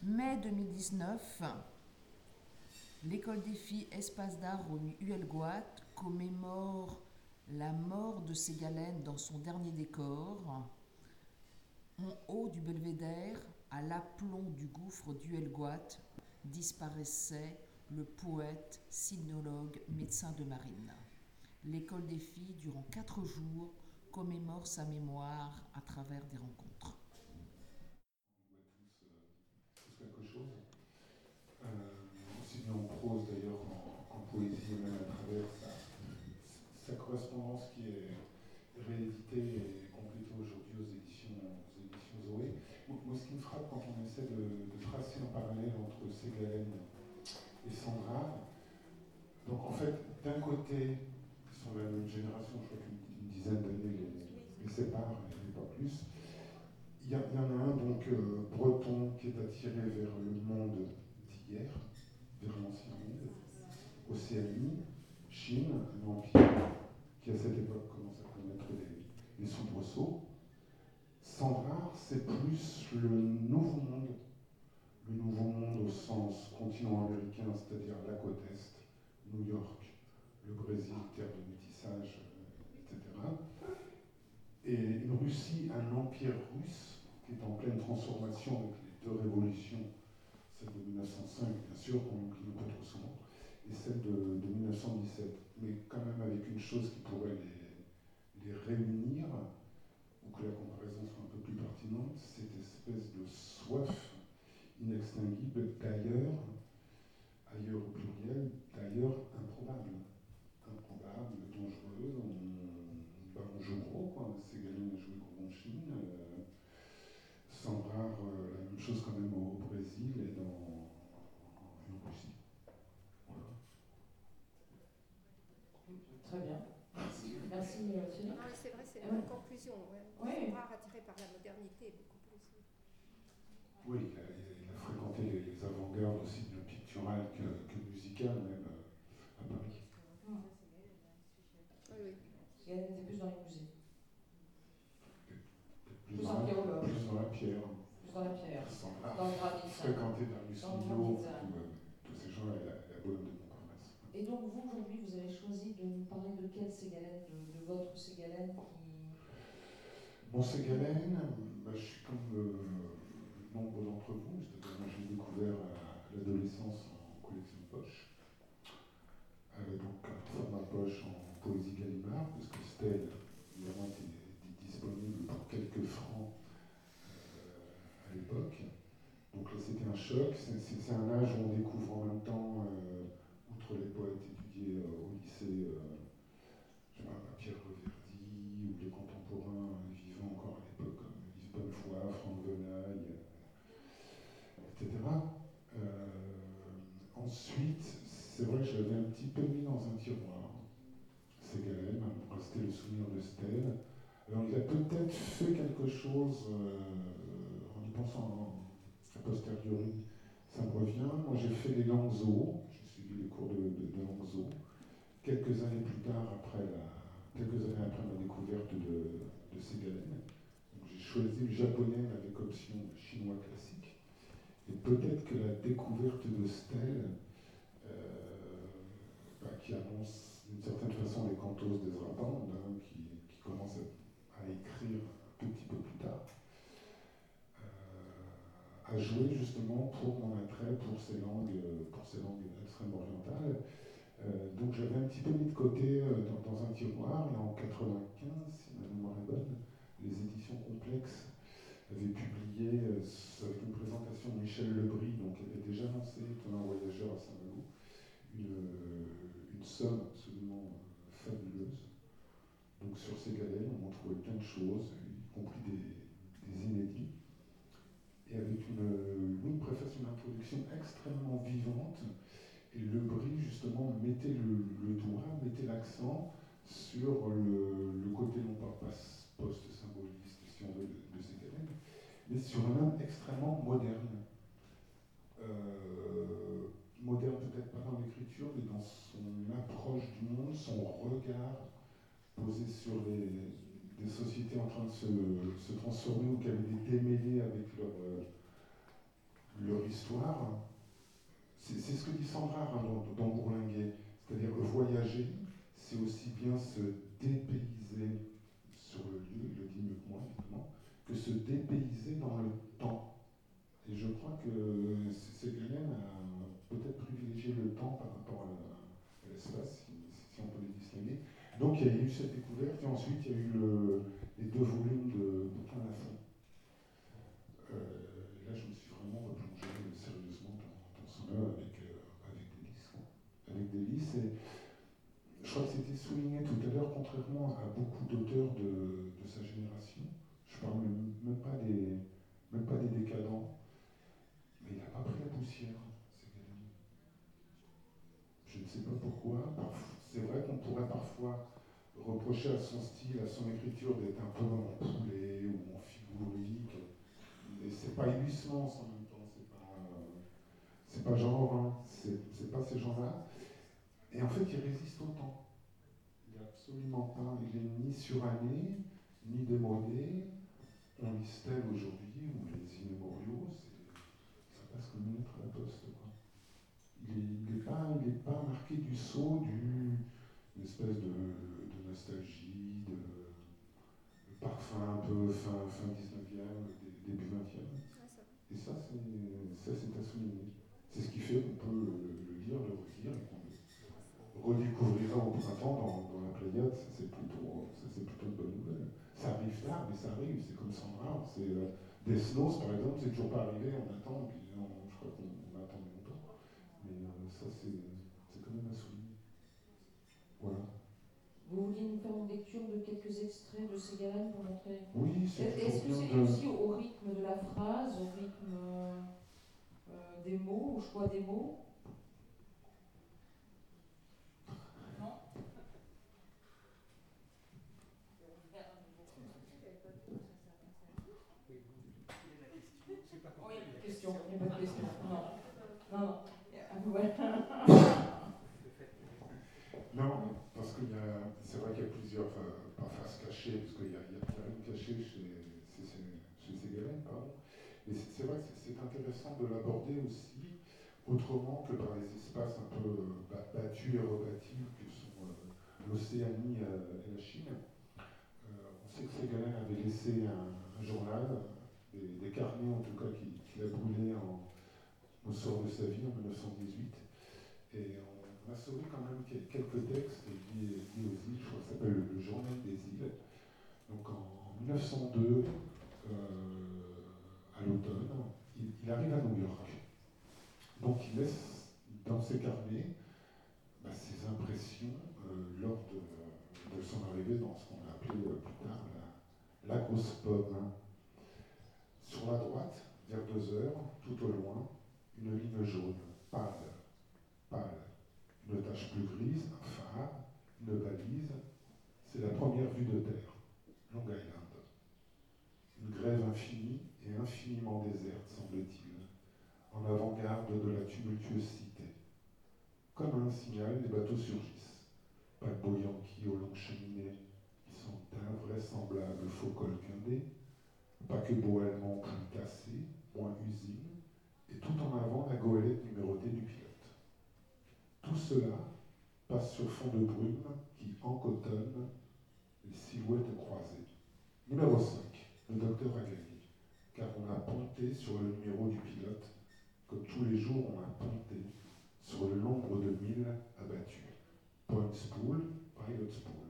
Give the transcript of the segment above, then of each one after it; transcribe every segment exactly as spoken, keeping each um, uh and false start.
mai deux mille dix-neuf, l'école des filles Espace d'art au Huelgoat commémore la mort de Ségalène dans son dernier décor. En haut du belvédère, à l'aplomb du gouffre d'Huelgoat, disparaissait le poète, sinologue, médecin de marine. L'école des filles, durant quatre jours, commémore sa mémoire à travers des rencontres. On doit tous, euh, tous quelque chose, euh, aussi bien en prose d'ailleurs qu'en, qu'en poésie, et même à travers sa, sa correspondance qui est rééditée et complétée aujourd'hui aux éditions, aux éditions Zoé. Moi, ce qui me frappe quand on essaie de, de tracer un parallèle entre Ségalène et Sandra, donc en fait, d'un côté, ils sont de la même génération, je crois qu'une dizaine d'années les, les séparent, et pas plus. Il y, y en a un, donc, euh, breton, qui est attiré vers le monde d'hier, vers l'ancien monde, Océanie, Chine, un empire qui à cette époque commence à connaître les, les soubresauts. Sandra, c'est plus le nouveau monde, le nouveau monde au sens continent américain, c'est-à-dire la côte Est, New York, le Brésil, terre de métissage, et cetera. Et une Russie, un empire russe, qui est en pleine transformation avec les deux révolutions, celle de mille neuf cent cinq, bien sûr, qu'on oublie un peu trop souvent, et celle de, de mille neuf cent dix-sept, mais quand même avec une chose qui pourrait les, les réunir, ou que la comparaison soit un peu plus pertinente, cette espèce de soif inextinguible d'ailleurs, ailleurs au pluriel, d'ailleurs improbable. Improbable, dangereuse, on, ben on joue gros, quoi. Ségalène a joué gros en Chine, euh, Sandra, euh, la même chose quand même au, au Brésil et dans, en Russie. Voilà. Très bien. Merci. Merci, euh, Thierry. Non, mais c'est vrai, c'est Ah, une ouais. conclusion. Ouais. Oui. Sandra, attirée par la modernité, beaucoup plus. Oui, il a, il a fréquenté les, les avant-gardes aussi bien picturales que, que musicales, même euh, à Paris. Hum. Oui, oui. Ségalène était plus dans les musées. Plus, Plus dans, la, archéologue. plus dans la pierre. Plus dans la pierre. Sandra, Dans le granit. fréquenté Darius Dans le Milhaud, granit. tous, euh, tous ces gens, et la, la bonne de Montparnasse. Et donc, vous, aujourd'hui, vous avez choisi de nous parler de quelle Ségalène, de, de votre Ségalène qui... Mon Ségalène, bah, je suis comme euh, nombre d'entre vous, c'est-à-dire moi j'ai découvert à l'adolescence en collection de poche, euh, donc un format poche en poésie Gallimard, parce que Stèle évidemment était, était disponible pour quelques francs euh, à l'époque. Donc là c'était un choc, c'est, c'est, c'est un âge où on découvre en même temps, euh, outre les poètes étudiés euh, au lycée, euh, je sais pas, Pierre Reverdy, ou les contemporains euh, vivant encore à l'époque, comme Yves Bonnefoy, Franck Venaille, et cetera. Euh, ensuite, c'est vrai que je l'avais un petit peu mis dans un tiroir, Ségalène, pour rester le souvenir de Stèle. Alors il a peut-être fait quelque chose, euh, en y pensant a posteriori, ça me revient. Moi j'ai fait les langues zoo, j'ai suivi les cours de, de, de langues zoo. Quelques années plus tard, après la, quelques années après ma découverte de, de Ségalène, j'ai choisi le japonais avec option chinois classique. Et peut-être que la découverte de Stèle, euh, bah, qui annonce d'une certaine façon les cantos des Rabandes, hein, qui, qui commence à, à écrire un petit peu plus tard, euh, a joué justement pour mon attrait pour ces langues, pour ces langues extrêmement orientales. Euh, donc j'avais un petit peu mis de côté euh, dans, dans un tiroir, et en quatre-vingt-quinze, si ma mémoire est bonne, les éditions Complexes avaient publié, euh, avec une présentation de Michel Lebris, donc qui avait déjà lancé Étonnant voyageur à Saint-Malo, une, euh, une somme absolument euh, fabuleuse. Donc sur ces galères, on en trouvait plein de choses, y compris des, des inédits, et avec une, une préface, une introduction extrêmement vivante. Et Lebris, justement, mettait le, le doigt, mettait l'accent sur le, le côté non pas post-symboliste, si on veut, de, de Ségalène, mais sur un homme extrêmement moderne. Euh, moderne peut-être pas dans l'écriture, mais dans son approche du monde, son regard posé sur les, des sociétés en train de se, se transformer ou qui avaient des démêlés avec leur, leur histoire, c'est, c'est ce que dit Sandra hein, dans, dans Bourlinguet, c'est-à-dire voyager, c'est aussi bien se dépayser sur le lieu, il le dit mieux que moi évidemment, que se dépayser dans le temps. Et je crois que Ségolène a peut-être privilégié le temps par rapport à, la, à l'espace, si, si on peut les distinguer. Donc il y a eu cette découverte, et ensuite il y a eu le, les deux volumes de Bouquin Lafont. Euh, et là je me suis vraiment replongé sérieusement dans, dans son œuvre avec, euh, avec Délices. Avec Délices, et je crois que c'était souligné tout à l'heure, contrairement à beaucoup d'auteurs de, de sa génération, je parle même, même, pas des, même pas des décadents, mais il n'a pas pris la poussière, Ségolène. Je ne sais pas pourquoi. C'est vrai qu'on pourrait parfois reprocher à son style, à son écriture d'être un peu en poulet ou en figurique. Et c'est pas Huysmans en même temps, c'est pas, euh, c'est pas Jean Morin, c'est, c'est pas ces gens-là. Et en fait, il résiste au temps. Il n'est absolument pas, il est ni suranné, ni démodé. On lit Stèle aujourd'hui, ou les immémoriaux, c'est, ça passe comme une lettre à la poste, quoi. Il n'est pas, il est pas marqué du sceau d'une espèce de, de nostalgie, de, de parfum un peu fin, fin dix-neuvième, début vingtième. Et ça, c'est, ça, c'est à souligner. C'est ce qui fait qu'on peut le, le lire, le relire, et qu'on le redécouvrira au printemps dans, dans la Pléiade. Ça, c'est plutôt, ça, c'est plutôt une bonne nouvelle. Ça arrive tard, mais ça arrive. C'est comme Sandra. C'est, euh, Desnos, par exemple, c'est toujours pas arrivé. On attend, puis on, je crois qu'on on attend longtemps. Mais euh, ça, c'est, c'est quand même à souligner. Voilà. Vous vouliez nous faire une lecture de quelques extraits de Ségolène pour montrer. Oui, c'est Est-ce que c'est de... aussi au rythme de la phrase, au rythme euh, des mots, au choix des mots? Non. Oh, il y a pas de question. Il n'y a pas de question. Non. Non, non. Non, parce que y a, c'est vrai qu'il y a plusieurs, enfin, pas faces cachées, parce qu'il y a, il y a rien caché chez, chez, chez Ségolène, pardon. Mais c'est, c'est vrai que c'est, c'est intéressant de l'aborder aussi autrement que par les espaces un peu battus et rebâtis que sont euh, l'Océanie euh, et la Chine. Euh, on sait que Ségolène avait laissé un, un journal, des, des carnets en tout cas, qu'il, qu'il a brûlés en, au sort de sa vie en mille neuf cent dix-huit. Et on, on a sauvé quand même quelques textes liés, liés aux îles, je crois que ça s'appelle le Journal des îles. Donc en mille neuf cent deux, euh, à l'automne, il, il arrive à New York. Donc il laisse dans ses carnets bah, ses impressions euh, lors de, de son arrivée dans ce qu'on a appelé euh, plus tard la, la grosse pomme. Hein. Sur la droite, vers deux heures, tout au loin, une ligne jaune, pâle, pâle. Une tache plus grise, un phare, une balise, c'est la première vue de terre, Long Island. Une grève infinie et infiniment déserte, semble-t-il, en avant-garde de la tumultueuse cité. Comme un signal, les bateaux surgissent, paquebots yankees aux longues cheminées, qui sont d'invraisemblables faux cols guindés, paquebots allemands plus tassés, moins usines, et tout en avant la goélette numérotée du pilote. Tout cela passe sur fond de brume qui encotonne les silhouettes croisées. Numéro cinq, le docteur a gagné, car on a ponté sur le numéro du pilote, comme tous les jours on a ponté sur le nombre de milles abattus. Point spool, pilot spool.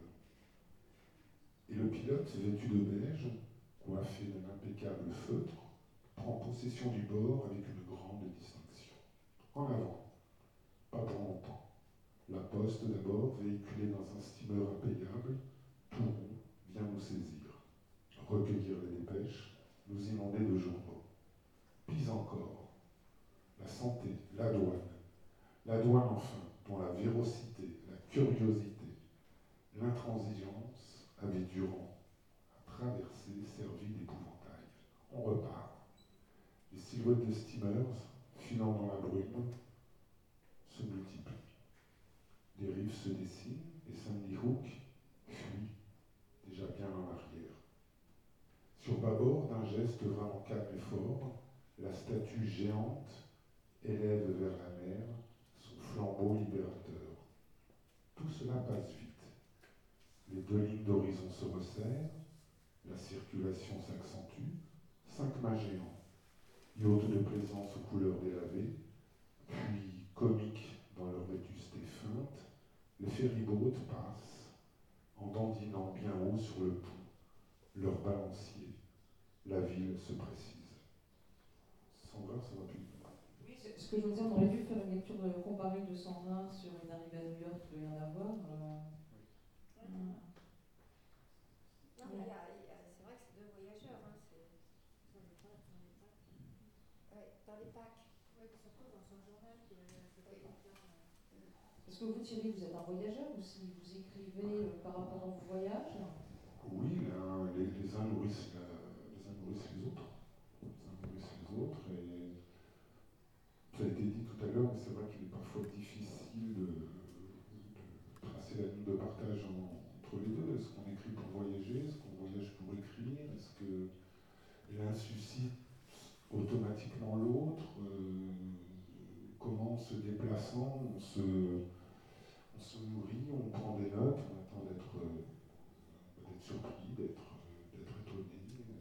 Et le pilote, vêtu de beige, coiffé d'un impeccable feutre, prend possession du bord avec une grande distinction. En avant, pas pour longtemps. La poste d'abord, véhiculée dans un steamer impayable, tout rond, vient nous saisir, recueillir les dépêches, nous inonder de journaux. Puis encore, la santé, la douane, la douane enfin, dont la vérocité, la curiosité, l'intransigeance avaient durant, à traverser, servi d'épouvantail. On repart. Les silhouettes de steamers, filant dans la brume, se multiplient. Les rives se dessinent et Sandy Hook fuit, déjà bien en arrière. Sur bâbord, d'un geste vraiment calme et fort, la statue géante élève vers la mer son flambeau libérateur. Tout cela passe vite. Les deux lignes d'horizon se resserrent, la circulation s'accentue, cinq mâts géants, yachts de plaisance aux couleurs délavées, puis comiques dans leur vétusté feinte, les ferryboats passent en dandinant bien haut sur le pont, leur balancier. La ville se précise. Sandra, ça va plus vite. Oui, c'est ce que je veux dire, on aurait dû faire une lecture de, comparée de Sandra sur une arrivée à New York, il doit y en avoir. Euh, Ouais. euh, Non, mais il y a- il y a- c'est vrai que c'est deux voyageurs. Hein, c'est... Dans les packs. Dans les packs. Ouais, dans les packs. Oui, surtout dans Saint-Jean qui avait fait Oui. pas bien. Est-ce que vous, Thierry, vous êtes un voyageur ou si vous écrivez euh, par rapport à vos voyages? Oui, l'un- les, les uns nourrissent, la- les uns nourrissent les autres. Les uns nourrissent les autres. Et ça a été dit tout à l'heure, mais c'est vrai qu'il est parfois difficile de, de tracer la ligne de partage en- entre les deux. Est-ce qu'on écrit pour voyager? Est-ce qu'on voyage pour écrire? Est-ce que l'un suscite automatiquement l'autre? Euh, comment, en se déplaçant, on se, on se nourrit, on prend des notes, on attend d'être euh, d'être surpris, d'être euh, d'être étonné.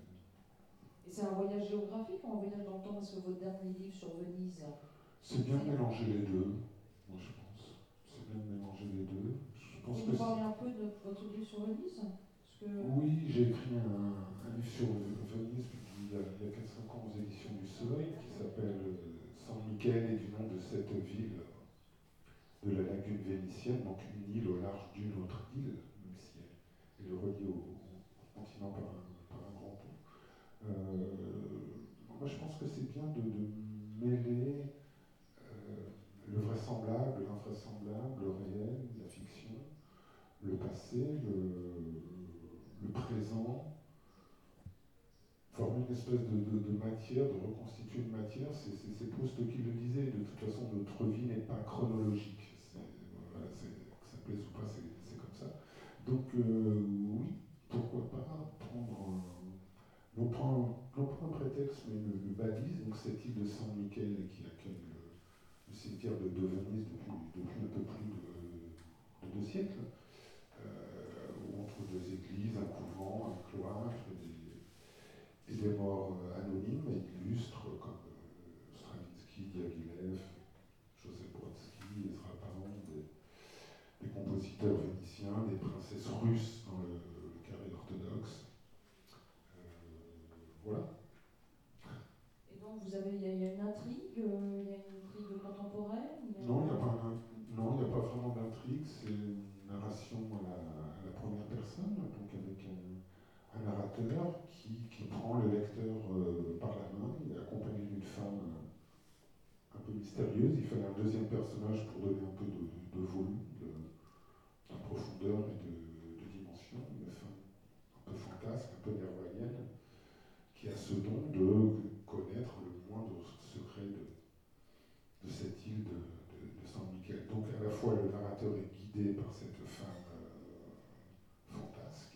Et c'est un voyage géographique ou un voyage dans le temps? Parce que votre dernier livre sur Venise. C'est bien de mélanger les deux, moi je pense. C'est bien de mélanger les deux. Je pense Vous que nous c'est- parlez un peu de votre livre sur Venise? Parce que... Oui, j'ai écrit un, un livre sur Venise il y a, il y a quatre cinq ans aux éditions du Seuil qui s'appelle euh, San Michele et du nom de cette ville de la lagune vénitienne, donc une île au large d'une autre île, même si elle est reliée au, au continent par un, par un grand pont. Euh, moi je pense que c'est bien de, de mêler euh, le vraisemblable, l'invraisemblable, le réel, la fiction, le passé, le, le présent, former une espèce de, de, de matière, de reconstituer une matière. C'est, c'est, c'est Proust qui le disait, de toute façon notre vie n'est pas chronologique. C'est, voilà, c'est, que ça plaise ou pas, c'est, c'est comme ça. Donc euh, oui, pourquoi pas prendre un, non pas un, non pas un prétexte, mais une, une balise, donc cette île de San Michele qui accueille le, le cimetière de, de Venise depuis, depuis un peu plus de, de deux siècles, euh, où on trouve deux églises, un couvent, un cloître, des, et des morts euh, anonymes et illustres comme euh, Stravinsky, Diaghilev, Joseph Brodsky, Ezra Pound, des, des compositeurs vénitiens, des princesses russes dans le, le carré orthodoxe. Euh, voilà. Et donc, vous avez, il y, a- il y a une intrigue, euh, il y a une intrigue contemporaine? il y a- Non, il n'y a pas un- non, il n'y a pas vraiment d'intrigue, c'est une narration à la, à la première personne, donc avec un, un narrateur qui, qui prend le lecteur euh, par la main. Il est accompagné d'une femme euh, un peu mystérieuse. Il fallait un deuxième personnage pour donner un peu de, de volume, de, de profondeur et de, de dimension. Une femme un peu fantasque, un peu nervalienne, qui a ce don de connaître le moindre secret de, de cette île de, de, de San Michele. Donc à la fois le narrateur est guidé par cette femme euh, fantasque,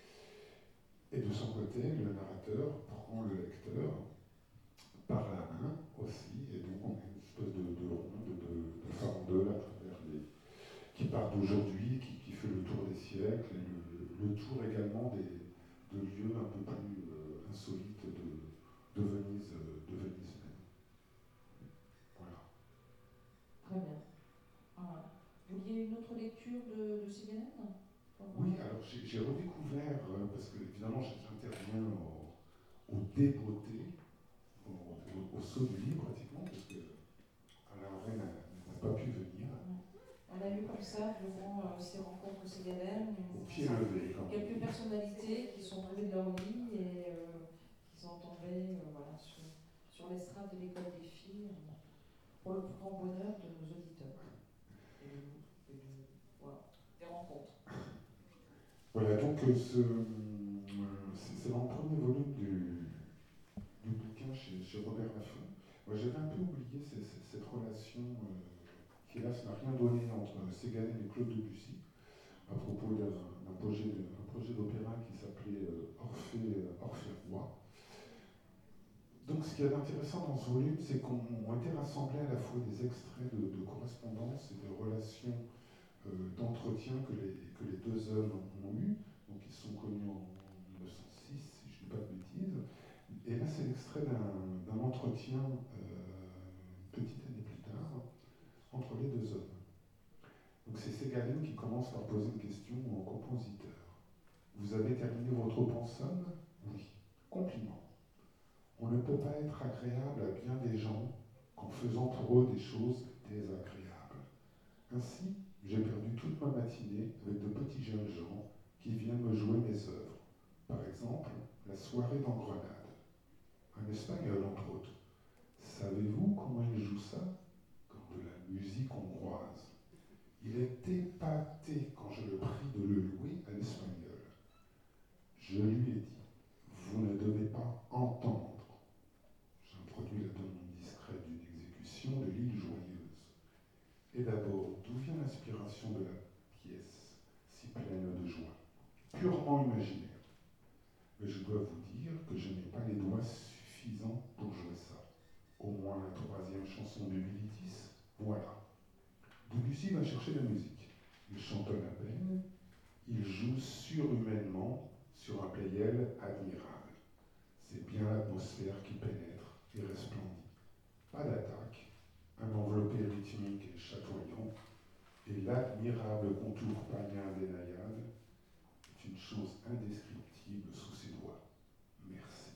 et de son côté, le narrateur prend le lecteur par la main aussi, et donc on a une espèce de, de ronde, de, de farandole à travers les. Qui part d'aujourd'hui, qui, qui fait le tour des siècles, et le, le tour également des, de lieux un peu plus euh, insolites de, de Venise, euh, de Venise même. Voilà. Très bien. Voilà. Vous vouliez une autre lecture de, de Ségalène? Oui, alors j'ai, j'ai redécouvert, euh, parce que évidemment j'interviens au, au débeauté, au, au, au saut du livre pratiquement, parce que Alain Ray n'a, n'a pas pu venir. On a lu comme ça durant euh, ces rencontres Ségalène Au pied levé, quand même. quelques personnalités qui sont tombées de leur lit et euh, qui sont tombées euh, voilà, sur, sur l'estrade de l'école des filles euh, pour le plus grand bonheur de nos auditeurs. Et de nous, et de, voilà, des rencontres. Voilà, donc euh, ce, euh, c'est, c'est dans le premier volume du, du bouquin chez, chez Robert Laffont. Moi j'avais un peu oublié ces, ces, cette relation euh, qui hélas n'a rien donné entre Ségalène et Claude Debussy, à propos d'un, d'un, projet, de, d'un projet d'opéra qui s'appelait euh, Orphée, Orphée Roi. Donc ce qui est intéressant dans ce volume, c'est qu'on a été rassemblés à la fois des extraits de, de correspondance et de relations euh, d'entretien que les, que les deux hommes ont eus. Donc ils sont connus en mille neuf cent six, si je ne dis pas de bêtises. Et là, c'est l'extrait d'un, d'un entretien euh, une petite année plus tard entre les deux hommes. Donc c'est Ségalen qui commence par poser une question au compositeur. Vous avez terminé votre pensum? Oui. Compliment. On ne peut pas être agréable à bien des gens qu'en faisant pour eux des choses désagréables. Ainsi, j'ai perdu toute ma matinée avec de petits jeunes gens qui viennent me jouer mes œuvres. Par exemple, la soirée d'Engrenade. Un espagnol, entre autres. Savez-vous comment il joue ça? Comme de la musique hongroise. Il est épaté quand je le prie de le louer à l'espagnol. Je lui ai dit, vous ne devez pas entendre. J'introduis la demande discrète d'une exécution de l'île joyeuse. Et d'abord, d'où vient l'inspiration de la pièce, si pleine de joie? Purement imaginaire. Mais je dois vous dire que je n'ai pas les doigts suffisants pour jouer ça. Au moins la troisième chanson de Bilitis, voilà. Debussy va chercher la musique. Il chantonne à peine, il joue surhumainement sur un playel admirable. C'est bien l'atmosphère qui pénètre et resplendit. Pas d'attaque, un enveloppé rythmique et chatoyant, et l'admirable contour païen des naïades est une chose indescriptible sous ses doigts. Merci.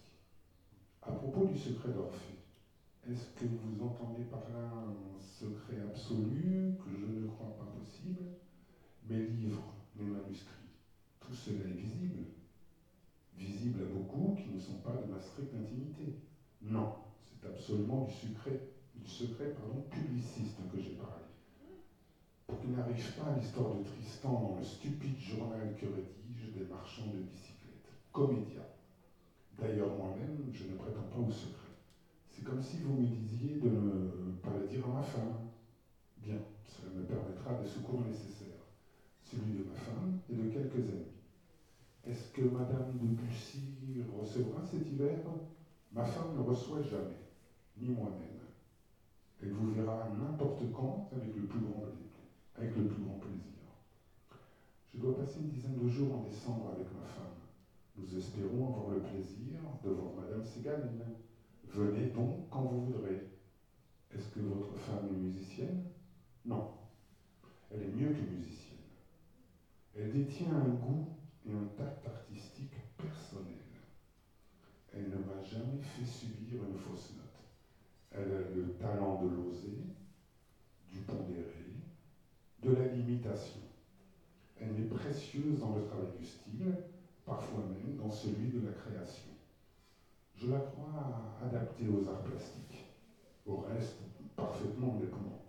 À propos du secret d'Orphée, est-ce que vous entendez par là un secret absolu que je ne crois pas possible? Mes livres, mes manuscrits, tout cela est visible. Visible à beaucoup qui ne sont pas de ma stricte intimité. Non, c'est absolument du secret, du secret pardon, publiciste que j'ai parlé. Pour qu'il n'arrive pas à l'histoire de Tristan dans le stupide journal que rédige des marchands de bicyclettes. Comédia. D'ailleurs, moi-même, je ne prétends pas au secret. C'est comme si vous me disiez de ne pas le dire à ma femme. Bien, cela me permettra des secours nécessaires. Celui de ma femme et de quelques amis. Est-ce que Madame de Bussy recevra cet hiver? Ma femme ne reçoit jamais, ni moi-même. Elle vous verra n'importe quand avec le plus grand plaisir. Avec le plus grand plaisir. Je dois passer une dizaine de jours en décembre avec ma femme. Nous espérons avoir le plaisir de voir Madame Ségalen. Venez donc quand vous voudrez. Est-ce que votre femme est musicienne? Non. Elle est mieux que musicienne. Elle détient un goût et un tact artistique personnel. Elle ne m'a jamais fait subir une fausse note. Elle a le talent de l'oser, du pondéré, de la limitation. Elle est précieuse dans le travail du style, parfois même dans celui de la création. Je la crois adaptée aux arts plastiques, au reste parfaitement indépendante.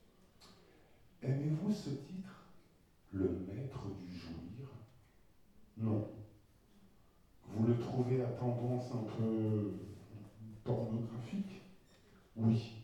Aimez-vous ce titre, Le maître du jouir? Non. Vous le trouvez à tendance un peu pornographique? Oui.